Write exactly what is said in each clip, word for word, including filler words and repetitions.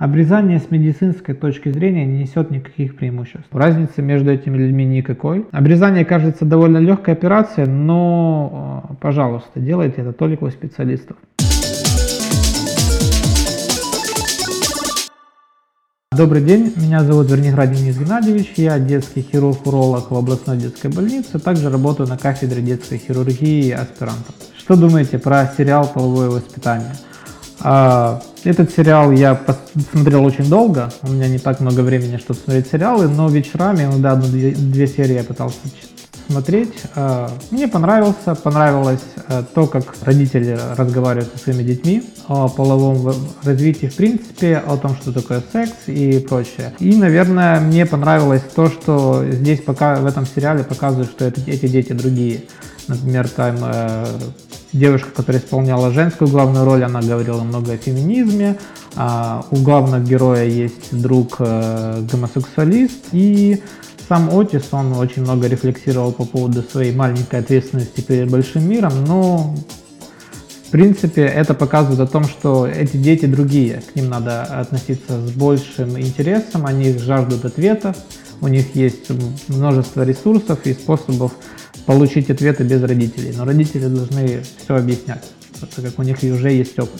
Обрезание с медицинской точки зрения не несет никаких преимуществ. Разницы между этими людьми никакой. Обрезание кажется довольно легкой операцией, но, пожалуйста, делайте это только у специалистов. Добрый день, меня зовут Верниград Денис Геннадьевич, я детский хирург-уролог в областной детской больнице, также работаю на кафедре детской хирургии аспирантом. Что думаете про сериал «Половое воспитание»? Этот сериал я посмотрел очень долго, у меня не так много времени, чтобы смотреть сериалы, но вечерами, иногда одну-две серии я пытался смотреть. Мне понравился, понравилось то, как родители разговаривают со своими детьми о половом развитии в принципе, о том, что такое секс и прочее. И, наверное, мне понравилось то, что здесь пока в этом сериале показывают, что это, эти дети другие. Например, там э, девушка, которая исполняла женскую главную роль, она говорила много о феминизме. А у главного героя есть друг э, гомосексуалист, и сам Отис, он очень много рефлексировал по поводу своей маленькой ответственности перед большим миром, но в принципе это показывает о том, что эти дети другие, к ним надо относиться с большим интересом, они жаждут ответов, у них есть множество ресурсов и способов получить ответы без родителей, но родители должны все объяснять, так как у них уже есть опыт.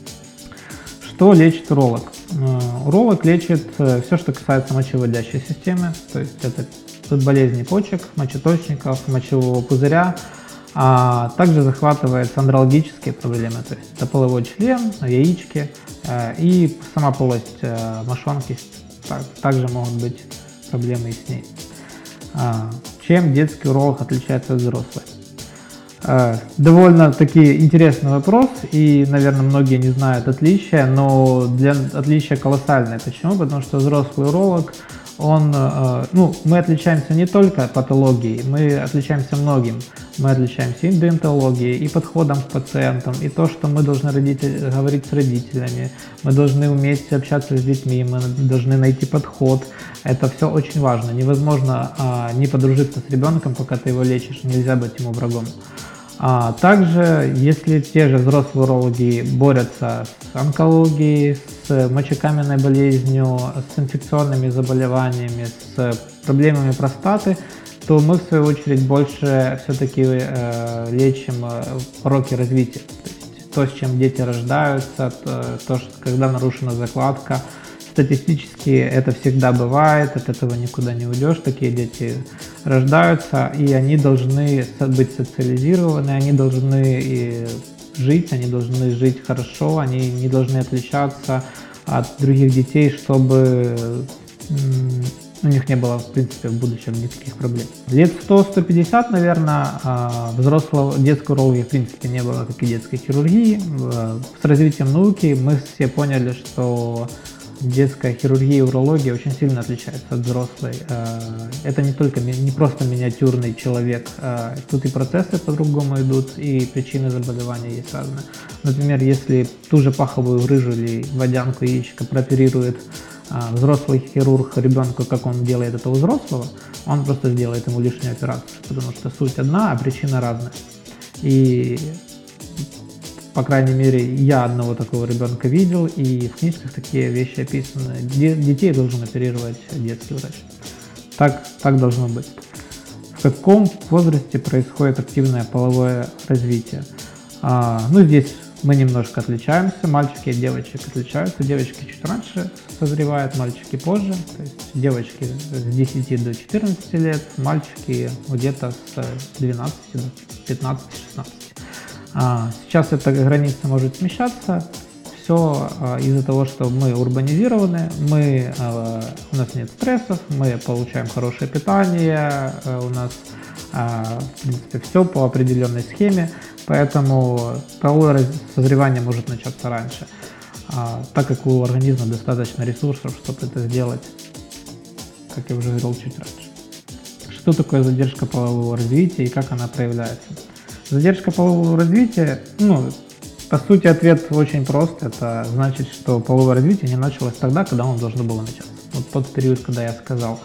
Что лечит уролог? Уролог лечит все, что касается мочевыводящей системы, то есть это болезни почек, мочеточников, мочевого пузыря, а также захватывает андрологические проблемы, то есть это половой член, яички и сама полость мошонки, также могут быть проблемы и с ней. Чем детский уролог отличается от взрослых? Довольно-таки интересный вопрос, и, наверное, многие не знают отличия, но для отличия колоссальное. Почему? Потому что взрослый уролог, он, ну, мы отличаемся не только патологией, мы отличаемся многим. Мы отличаемся и деонтологией, и подходом к пациентам, и то, что мы должны родитель, говорить с родителями, мы должны уметь общаться с детьми, мы должны найти подход. Это все очень важно. Невозможно а, не подружиться с ребенком, пока ты его лечишь, нельзя быть ему врагом. А также, если те же взрослые урологи борются с онкологией, с мочекаменной болезнью, с инфекционными заболеваниями, с проблемами простаты, то мы в свою очередь больше все-таки э, лечим э, пороки развития. То есть то, с чем дети рождаются, то, то что, когда нарушена закладка. Статистически это всегда бывает, от этого никуда не уйдешь, такие дети рождаются, и они должны быть социализированы, они должны и жить, они должны жить хорошо, они не должны отличаться от других детей, чтобы у них не было, в принципе, в будущем никаких проблем. Лет сто — сто пятьдесят, наверное, взрослого детской урологии, в принципе, не было, как и детской хирургии. С развитием науки мы все поняли, что детская хирургия и урология очень сильно отличаются от взрослой. Это не только не просто миниатюрный человек, тут и процессы по-другому идут, и причины заболевания есть разные. Например, если ту же паховую грыжу или водянку яичка прооперирует взрослый хирург ребенку, как он делает это у взрослого, он просто сделает ему лишнюю операцию, потому что суть одна, а причина разная. И по крайней мере, я одного такого ребенка видел, и в книжках такие вещи описаны. Детей должен оперировать детский врач. Так, так должно быть. В каком возрасте происходит активное половое развитие? А, ну, здесь мы немножко отличаемся. Мальчики и девочки отличаются. Девочки чуть раньше созревают, мальчики позже. То есть девочки с десяти до четырнадцати лет, мальчики где-то с двенадцати до пятнадцати-шестнадцати. Сейчас эта граница может смещаться, все из-за того, что мы урбанизированы, мы, у нас нет стрессов, мы получаем хорошее питание, у нас в принципе все по определенной схеме, поэтому половое созревание может начаться раньше, так как у организма достаточно ресурсов, чтобы это сделать, как я уже говорил чуть раньше. Что такое задержка полового развития и как она проявляется? Задержка полового развития, ну, по сути, ответ очень прост. Это значит, что половое развитие не началось тогда, когда оно должно было начаться. Вот тот период, когда я сказал.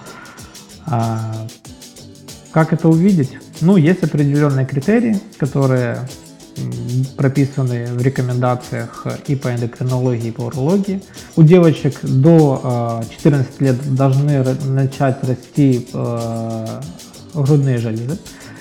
А, как это увидеть? Ну, есть определенные критерии, которые прописаны в рекомендациях и по эндокринологии, и по урологии. У девочек до четырнадцати лет должны начать расти грудные железы.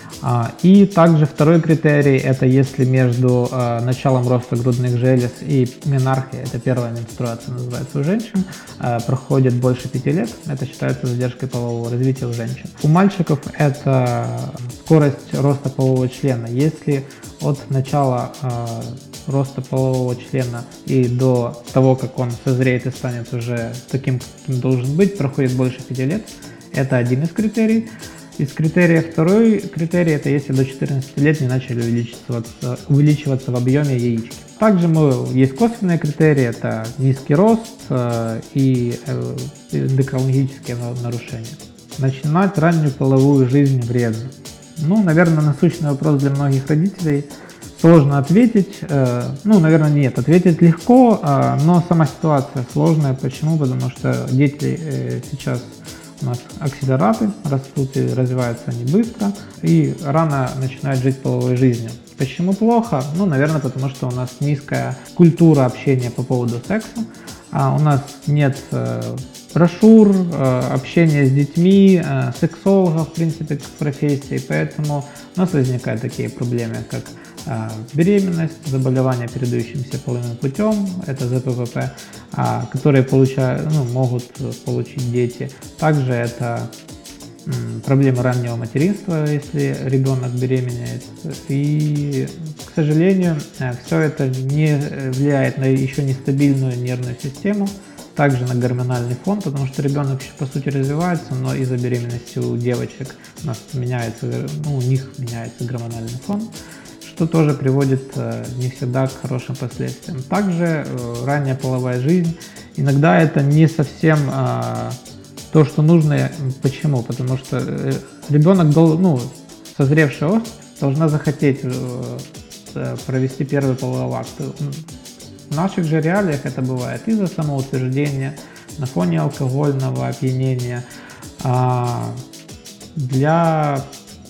И также второй критерий – это если между э, началом роста грудных желез и менархией, это первая менструация называется у женщин, э, проходит больше пяти лет, это считается задержкой полового развития у женщин. У мальчиков это скорость роста полового члена. Если от начала э, роста полового члена и до того, как он созреет и станет уже таким, каким должен быть, проходит больше пяти лет, это один из критерий. Из критерия второй критерий – это если до четырнадцати лет не начали увеличиваться, увеличиваться в объеме яички. Также мы, есть косвенные критерии – это низкий рост э, и э, эндокринологические нарушения. Начинать раннюю половую жизнь вредно. Ну, наверное, насущный вопрос для многих родителей. Сложно ответить. Э, ну, наверное, нет. Ответить легко, э, но сама ситуация сложная. Почему? Потому что дети э, сейчас у нас акселераты, растут и развиваются они быстро, и рано начинают жить половой жизнью. Почему плохо? Ну, наверное, потому что у нас низкая культура общения по поводу секса, а у нас нет э, брошюр, э, общения с детьми, э, сексологов, в принципе, как профессии, поэтому у нас возникают такие проблемы, как беременность, заболевания, передающимся половым путем, это зэ пэ вэ пэ, которые получают, ну, могут получить дети. Также это проблемы раннего материнства, если ребенок беременеет. И, к сожалению, все это не влияет на еще нестабильную нервную систему, также на гормональный фон, потому что ребенок еще по сути развивается, но из-за беременности у девочек у нас меняется, ну, у них меняется гормональный фон, что тоже приводит э, не всегда к хорошим последствиям. Также э, ранняя половая жизнь, иногда это не совсем э, то, что нужно. Почему? Потому что э, ребенок, ну, созревший особь, должна захотеть э, провести первый половой акт. В наших же реалиях это бывает из-за самоутверждения, на фоне алкогольного опьянения. А для...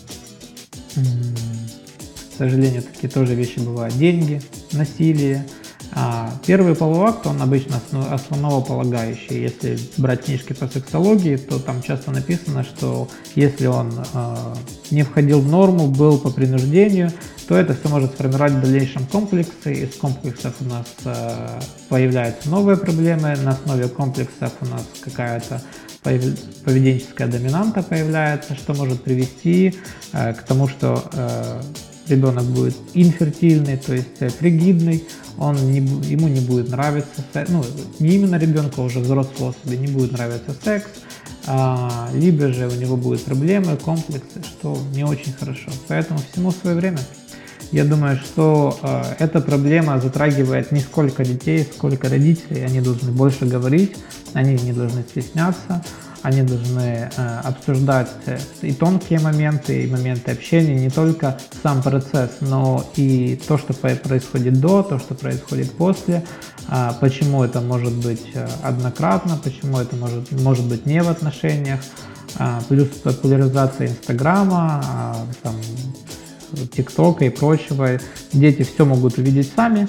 К сожалению, такие тоже вещи бывают. Деньги, насилие. А первый половой акт, он обычно основополагающий. Если брать книжки по сексологии, то там часто написано, что если он э, не входил в норму, был по принуждению, то это все может сформировать в дальнейшем комплексы. Из комплексов у нас э, появляются новые проблемы. На основе комплексов у нас какая-то поведенческая доминанта появляется, что может привести э, к тому, что э, ребенок будет инфертильный, то есть фригидный, он не, ему не будет нравиться секс, ну, не именно ребенку, а уже взрослой особи не будет нравиться секс, а, либо же у него будут проблемы, комплексы, что не очень хорошо. Поэтому всему свое время. Я думаю, что э, эта проблема затрагивает не сколько детей, сколько родителей. Они должны больше говорить, они не должны стесняться. Они должны э, обсуждать и тонкие моменты, и моменты общения, не только сам процесс, но и то, что происходит до, то, что происходит после, э, почему это может быть однократно, почему это может, может быть не в отношениях, э, плюс популяризация Инстаграма, э, там, ТикТока и прочего. Дети все могут увидеть сами,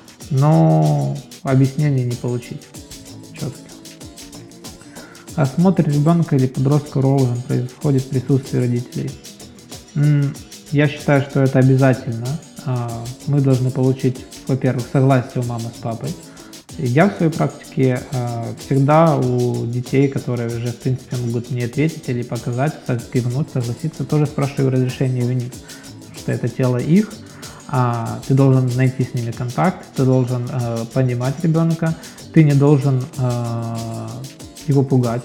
но объяснения не получить четко. Осмотр ребенка или подростка урологом происходит в присутствии родителей. Я считаю, что это обязательно. Мы должны получить, во-первых, согласие у мамы с папой. Я в своей практике всегда у детей, которые уже в принципе могут мне ответить или показать, кивнуть, согласиться, тоже спрашиваю разрешение у них, потому что это тело их. Ты должен найти с ними контакт, ты должен понимать ребенка, ты не должен его пугать,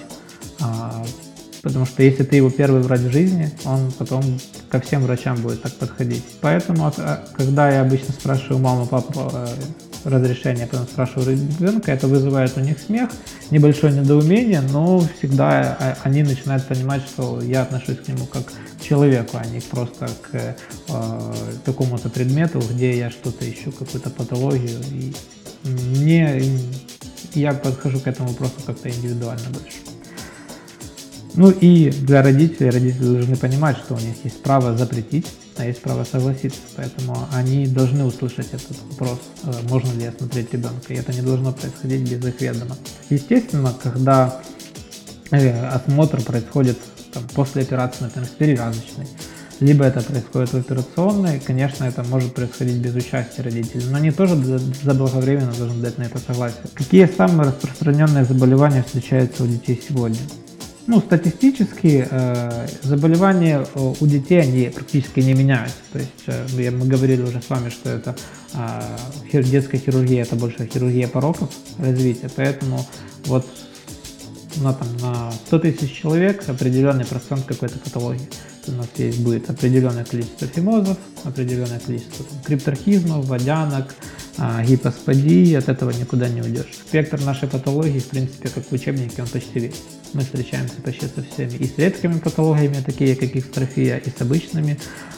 потому что если ты его первый врач в жизни, он потом ко всем врачам будет так подходить. Поэтому, когда я обычно спрашиваю маму, папу разрешение, потом спрашиваю ребенка, это вызывает у них смех, небольшое недоумение, но всегда они начинают понимать, что я отношусь к нему как к человеку, а не просто к э, какому-то предмету, где я что-то ищу, какую-то патологию. И мне, я подхожу к этому вопросу как-то индивидуально больше. Ну и для родителей, родители должны понимать, что у них есть право запретить а есть право согласиться. Поэтому они должны услышать этот вопрос, можно ли осмотреть ребенка, и это не должно происходить без их ведома. Естественно, когда осмотр происходит там, после операции, например, перевязочной, либо это происходит в операционной, конечно, это может происходить без участия родителей, но они тоже заблаговременно должны дать на это согласие. Какие самые распространенные заболевания встречаются у детей сегодня? Ну, статистически э, заболевания у детей, они практически не меняются. То есть э, мы говорили уже с вами, что это э, детская хирургия, это больше хирургия пороков развития, поэтому вот на, там, на сто тысяч человек определенный процент какой-то патологии. У нас есть будет определенное количество фимозов, определенное количество там, крипторхизмов, водянок, а, гипосподии, от этого никуда не уйдешь. Спектр нашей патологии, в принципе, как в учебнике, он почти весь. Мы встречаемся почти со всеми. И с редкими патологиями, такие как экстрофия, и с обычными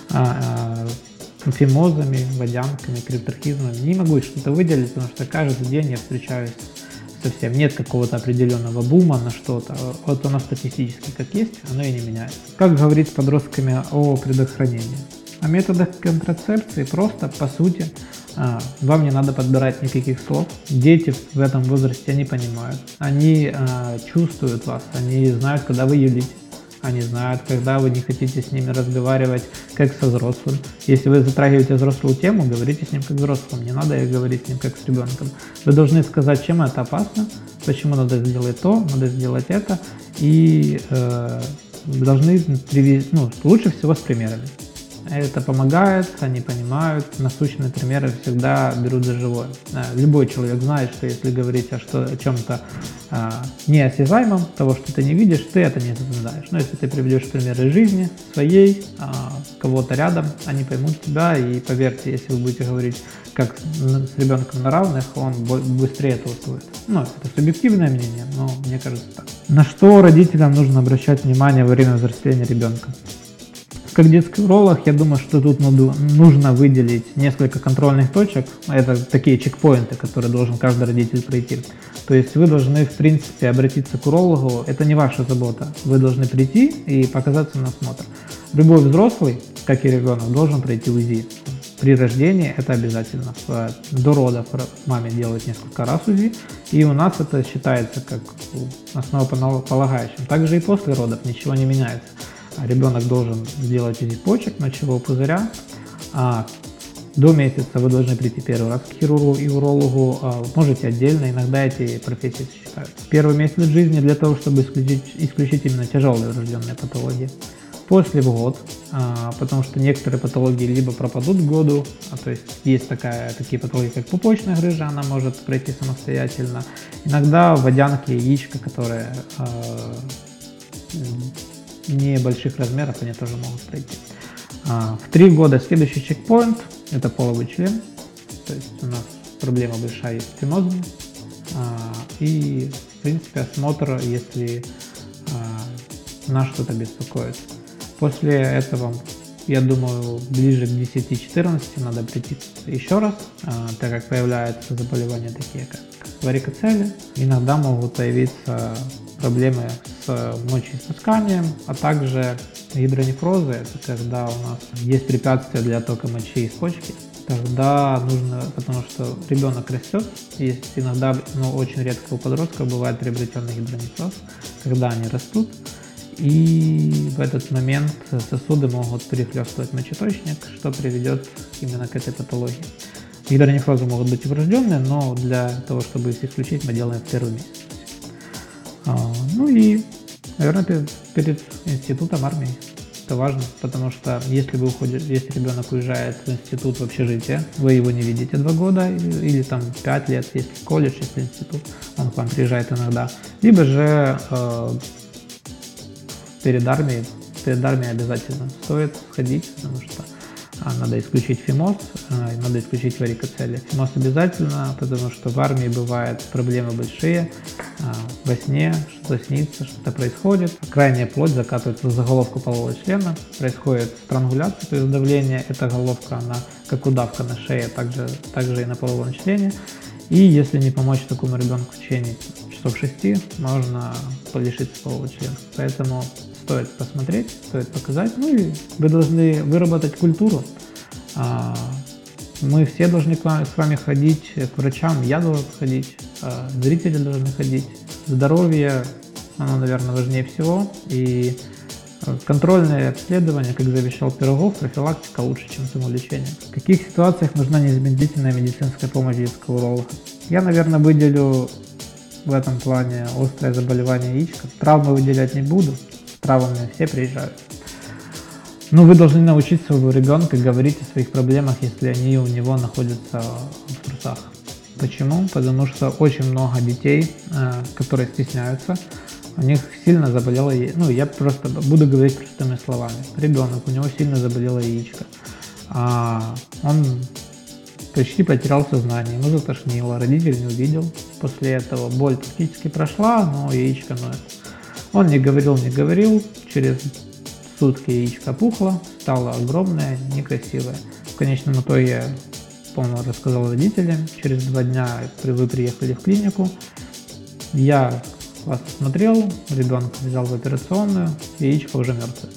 а, а, фимозами, водянками, крипторхизмами. Не могу что-то выделить, потому что каждый день я встречаюсь совсем. Нет какого-то определенного бума на что-то. Вот оно статистически как есть, оно и не меняется. Как говорить с подростками о предохранении? О методах контрацепции просто, по сути, вам не надо подбирать никаких слов. Дети в этом возрасте не понимают. Они чувствуют вас, они знают, когда вы юлите. Они знают, когда вы не хотите с ними разговаривать как со взрослым. Если вы затрагиваете взрослую тему, говорите с ним как взрослым. Не надо говорить с ним как с ребенком. Вы должны сказать, чем это опасно, почему надо сделать то, надо сделать это. И э, должны привести, ну, лучше всего с примерами. Это помогает, они понимают, насущные примеры всегда берут за живое. Любой человек знает, что если говорить о, что, о чем-то а, неосязаемом, того, что ты не видишь, ты это не запоминаешь. Но если ты приведешь примеры жизни своей, а, кого-то рядом, они поймут тебя, и поверьте, если вы будете говорить как с ребенком на равных, он быстрее это усвоит. Ну, это субъективное мнение, но мне кажется так. На что родителям нужно обращать внимание во время взросления ребенка? Как детский уролог, я думаю, что тут нужно выделить несколько контрольных точек. Это такие чекпоинты, которые должен каждый родитель пройти. То есть вы должны, в принципе, обратиться к урологу. Это не ваша забота. Вы должны прийти и показаться на осмотр. Любой взрослый, как и ребенок, должен пройти УЗИ. При рождении это обязательно. До родов маме делают несколько раз УЗИ. И у нас это считается как основополагающим. Также и после родов ничего не меняется. Ребенок должен сделать УЗИ почек, мочевого пузыря. А до месяца вы должны прийти первый раз к хирургу и урологу. А можете отдельно, иногда эти профессии сочетаются. Первый месяц жизни для того, чтобы исключить, исключить именно тяжелые врожденные патологии. После в год, а, потому что некоторые патологии либо пропадут к году, а, то есть есть такая, такие патологии, как пупочная грыжа, она может пройти самостоятельно. Иногда водянки, яичко, которые а, небольших размеров, они тоже могут пройти. А, в три года следующий чекпоинт – это половой член. То есть у нас проблема большая есть с фимозами. А, и, в принципе, осмотр, если а, нас что-то беспокоит. После этого, я думаю, ближе к десяти-четырнадцати надо прийти еще раз, а, так как появляются заболевания такие, как варикоцели. Иногда могут появиться проблемы с мочеиспусканием, а также гидронефрозы, это когда у нас есть препятствия для тока мочи из почки. Тогда нужно, потому что ребенок растет, есть иногда, но очень редко у подростков бывает приобретенный гидронефроз, когда они растут, и в этот момент сосуды могут перехлестывать мочеточник, что приведет именно к этой патологии. Гидронефрозы могут быть и врожденные, но для того, чтобы их исключить, мы делаем в первый месяц. Ну и, наверное, перед институтом армии. Это важно, потому что если вы уходите, если ребенок уезжает в институт, в общежитие, вы его не видите два года или, или там пять лет, если колледж, если институт, он к вам приезжает иногда. Либо же э, перед армией, перед армией обязательно стоит сходить, потому что надо исключить фимоз, надо исключить варикоцели. Фимоз обязательно, потому что в армии бывают проблемы большие, во сне что-то снится, что-то происходит. Крайняя плоть закатывается за головку полового члена, происходит странгуляция, то есть давление, эта головка, она как удавка на шее, также, также и на половом члене. И если не помочь такому ребенку в течение часов шести, можно лишиться полового члена. Поэтому стоит посмотреть, стоит показать. Ну и вы должны выработать культуру. Мы все должны к вам, с вами ходить к врачам, я должен ходить, зрители должны ходить. Здоровье, оно, наверное, важнее всего. И контрольное обследование, как завещал Пирогов, профилактика лучше, чем самолечение. В каких ситуациях нужна незамедлительная медицинская помощь детского уролога? Я, наверное, выделю в этом плане острое заболевание яичка. Травмы выделять не буду, с травмами все приезжают. Но вы должны научить своего ребенка говорить о своих проблемах, если они у него находятся в трусах. Почему? Потому что очень много детей, которые стесняются, у них сильно заболело яичко. Ну, я просто буду говорить простыми словами. Ребенок, у него сильно заболело яичко. А он почти потерял сознание, ему затошнило, родитель не увидел. После этого боль практически прошла, но яичко ноет. Он не говорил, не говорил, через сутки яичко пухло, стало огромное, некрасивое. В конечном итоге, помню, рассказал родителям, через два дня вы приехали в клинику, я вас осмотрел, ребенка взял в операционную, яичко уже мертвое.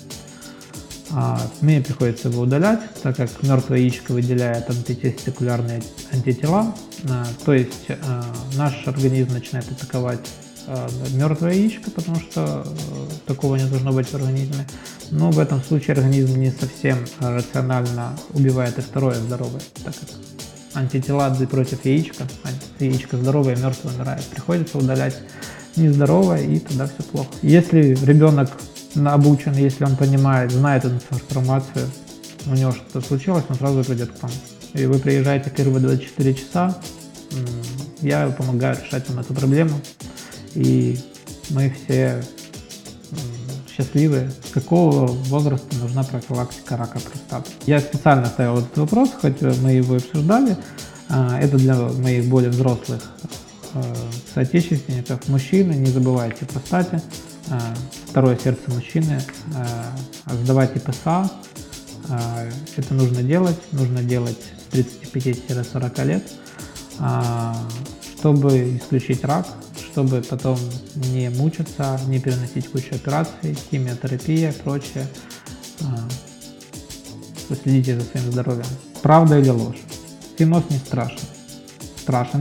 А мне приходится его удалять, так как мертвое яичко выделяет антитестикулярные антитела, а, то есть а, наш организм начинает атаковать а, мертвое яичко, потому что а, такого не должно быть в организме. Но в этом случае организм не совсем рационально убивает и второе здоровое, так как антитела против яичка, яичко здоровое, мертвое умирает. Приходится удалять нездоровое, и тогда все плохо. Если ребенок обучен, если он понимает, знает эту информацию, у него что-то случилось, он сразу придет к вам. И вы приезжаете первые двадцать четыре часа, я помогаю решать вам эту проблему, и мы все счастливы. С какого возраста нужна профилактика рака простаты? Я специально ставил этот вопрос, хоть мы его и обсуждали. Это для моих более взрослых соотечественников. Мужчины, не забывайте о простате. Второе сердце мужчины. Сдавайте ПСА. Это нужно делать. Нужно делать с тридцати пяти до сорока лет, чтобы исключить рак, чтобы потом не мучиться, не переносить кучу операций, химиотерапия, прочее. Следите за своим здоровьем. Правда или ложь? Фимоз не страшен. Страшен.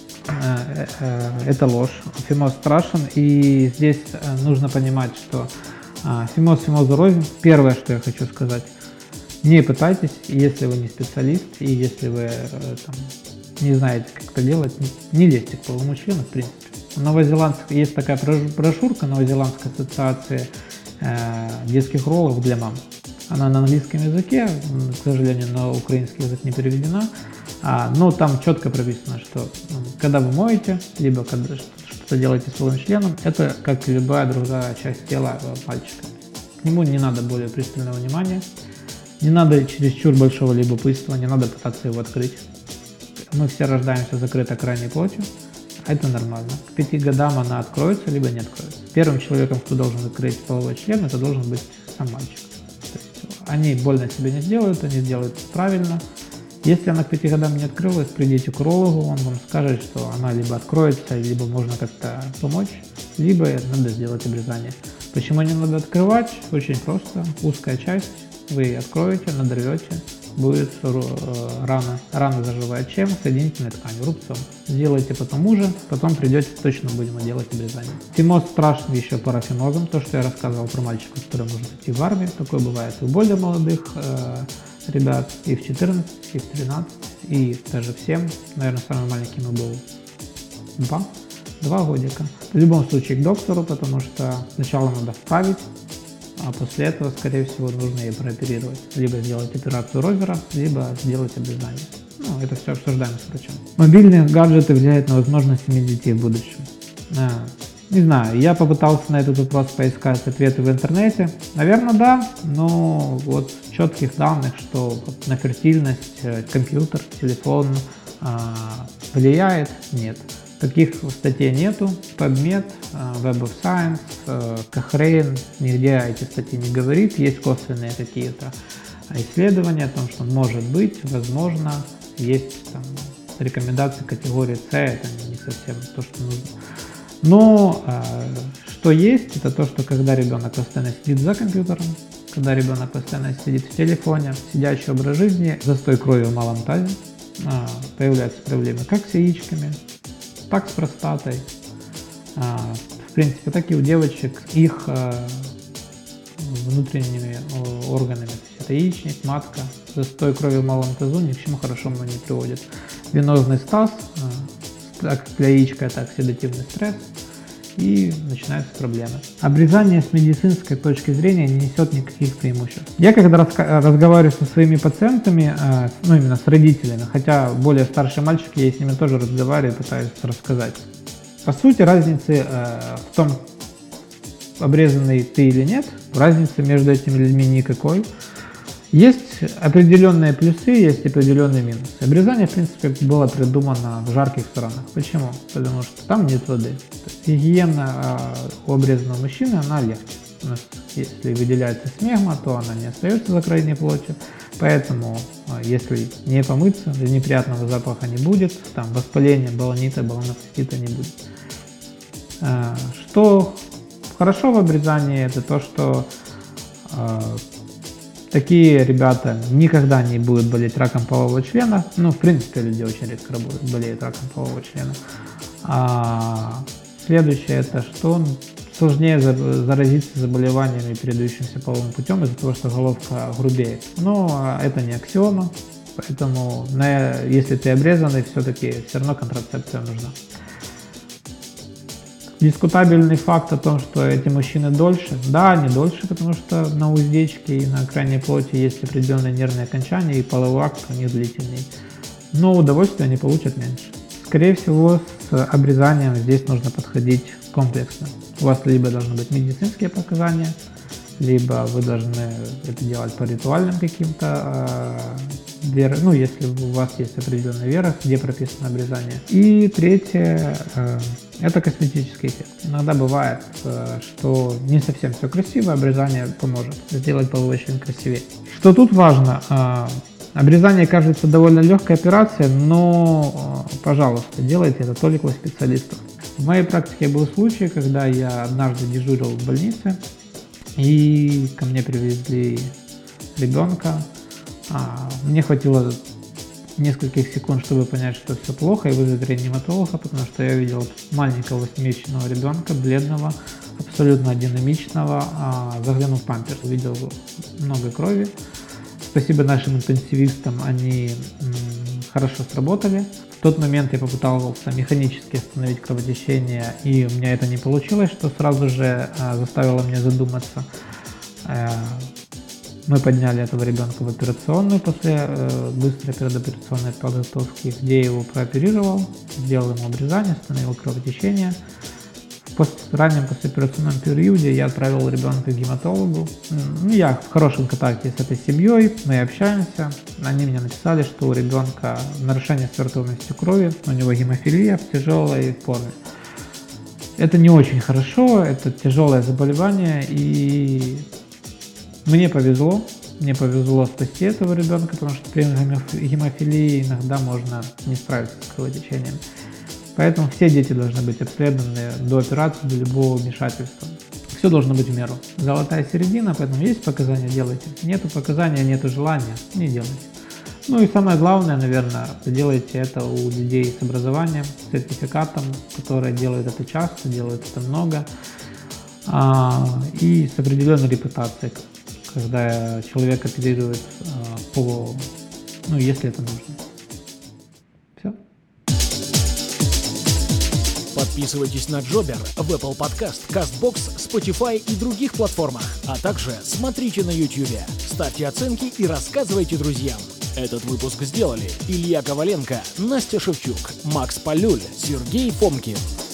Это ложь. Фимоз страшен, и здесь нужно понимать, что фимоз фимозу рознь. Первое, что я хочу сказать, не пытайтесь, если вы не специалист, и если вы там, не знаете, как это делать, не лезьте к половому члену, в принципе. Новозеландская, есть такая брошюрка Новозеландской ассоциации э, детских урологов для мам. Она на английском языке, к сожалению, на украинский язык не переведена, а, но там четко прописано, что когда вы моете, либо когда что-то делаете с половым членом, это как любая другая часть тела мальчика. К нему не надо более пристального внимания, не надо чересчур большого любопытства, не надо пытаться его открыть. Мы все рождаемся закрытой крайней плотью. Это нормально. К пяти годам она откроется, либо не откроется. Первым человеком, кто должен открыть половой член, это должен быть сам мальчик. То есть они больно себе не сделают, они сделают правильно. Если она к пяти годам не открылась, придите к урологу, он вам скажет, что она либо откроется, либо можно как-то помочь, либо надо сделать обрезание. Почему не надо открывать? Очень просто. Узкая часть, вы откроете, надорвете, будет рана, рана заживает чем? Соединительной тканью, рубцом. Сделайте потом уже, потом придете, точно будем делать обрезание. Фимоз страшен еще парафимозом, то, что я рассказывал про мальчика, который может идти в армию. Такое бывает и у более молодых э, ребят, и в четырнадцать, и в тринадцать, и даже в семь. Наверное, самый маленький ему был два, два годика. В любом случае к доктору, потому что сначала надо вправить, а после этого, скорее всего, нужно ее прооперировать. Либо сделать операцию Ровера, либо сделать обрезание. Ну, это все обсуждаем с врачом. Мобильные гаджеты влияют на возможность иметь детей в будущем. А, не знаю, я попытался на этот вопрос поискать ответы в интернете. Наверное, да, но вот четких данных, что вот на фертильность компьютер, телефон а, влияет, нет. Таких статей нету. PubMed, Web of Science, Cochrane, нигде эти статьи не говорит. Есть косвенные какие-то исследования о том, что может быть, возможно, есть там рекомендации категории С, это не совсем то, что нужно. Но что есть, это то, что когда ребенок постоянно сидит за компьютером, когда ребенок постоянно сидит в телефоне, сидячий образ жизни, застой крови в малом тазе, появляются проблемы как с яичками, так с простатой. В принципе, так и у девочек их внутренними органами. Это яичник, матка. Застой крови в малом тазу ни к чему хорошему не приводит. Венозный стаз, так для яичка это оксидативный стресс, и начинаются проблемы. Обрезание с медицинской точки зрения не несет никаких преимуществ. Я когда раска- разговариваю со своими пациентами, э, ну именно с родителями, хотя более старшие мальчики, я с ними тоже разговариваю, пытаюсь рассказать. По сути, разницы э, в том, обрезанный ты или нет, разницы между этими людьми никакой. Есть определенные плюсы, есть определенные минусы. Обрезание, в принципе, было придумано в жарких странах. Почему? Потому что там нет воды. То есть гигиена у обрезанного мужчины, она легче. У нас, если выделяется смегма, то она не остается за крайней плотью. Поэтому, если не помыться, неприятного запаха не будет, там воспаления, баланита, баланопостита не будет. Что хорошо в обрезании, это то, что такие ребята никогда не будут болеть раком полового члена. Ну, в принципе, люди очень редко болеют раком полового члена. А следующее, это что сложнее заразиться заболеваниями, передающимися половым путем, из-за того, что головка грубеет. Но это не аксиома, поэтому если ты обрезанный, все-таки все равно контрацепция нужна. Дискутабельный факт о том, что эти мужчины дольше. Да, они дольше, потому что на уздечке и на крайней плоти есть определенные нервные окончания, и половой акт у них длительнее. Но удовольствие они получат меньше. Скорее всего, с обрезанием здесь нужно подходить комплексно. У вас либо должны быть медицинские показания, либо вы должны это делать по ритуальным каким-то, э, ну, если у вас есть определенная вера, где прописано обрезание. И третье, э, это косметический эффект. Иногда бывает, э, что не совсем все красиво, обрезание поможет сделать половой член красивее. Что тут важно, э, обрезание кажется довольно легкой операцией, но, э, пожалуйста, делайте это только у специалистов. В моей практике был случай, когда я однажды дежурил в больнице, и ко мне привезли ребенка. А, мне хватило нескольких секунд, чтобы понять, что все плохо, и вызвать реаниматолога, потому что я видел маленького восьмимесячного ребенка, бледного, абсолютно динамичного, а, заглянув в памперс, увидел много крови. Спасибо нашим интенсивистам, они м, хорошо сработали. В тот момент я попытался механически остановить кровотечение, и у меня это не получилось, что сразу же а, заставило меня задуматься. А, мы подняли этого ребенка в операционную после э, быстрой предоперационной подготовки, где я его прооперировал, сделал ему обрезание, остановил кровотечение. В раннем послеоперационном периоде я отправил ребенка к гематологу. Ну, я в хорошем контакте с этой семьей, мы общаемся. Они мне написали, что у ребенка нарушение свертываемости крови, у него гемофилия в тяжелой форме. Это не очень хорошо, это тяжелое заболевание, и мне повезло. Мне повезло спасти этого ребенка, потому что при гемофилии иногда можно не справиться с кровотечением. Поэтому все дети должны быть обследованы до операции, до любого вмешательства. Все должно быть в меру. Золотая середина, поэтому есть показания — делайте. Нету показания, нету желания — не делайте. Ну и самое главное, наверное, делайте это у людей с образованием, с сертификатом, которые делают это часто, делают это много, и с определенной репутацией, когда человек оперирует по, ну, если это нужно. Подписывайтесь на Джобер в Apple Podcast, CastBox, Spotify и других платформах, а также смотрите на YouTube, ставьте оценки и рассказывайте друзьям. Этот выпуск сделали Илья Коваленко, Настя Шевчук, Макс Полюль, Сергей Фомкин.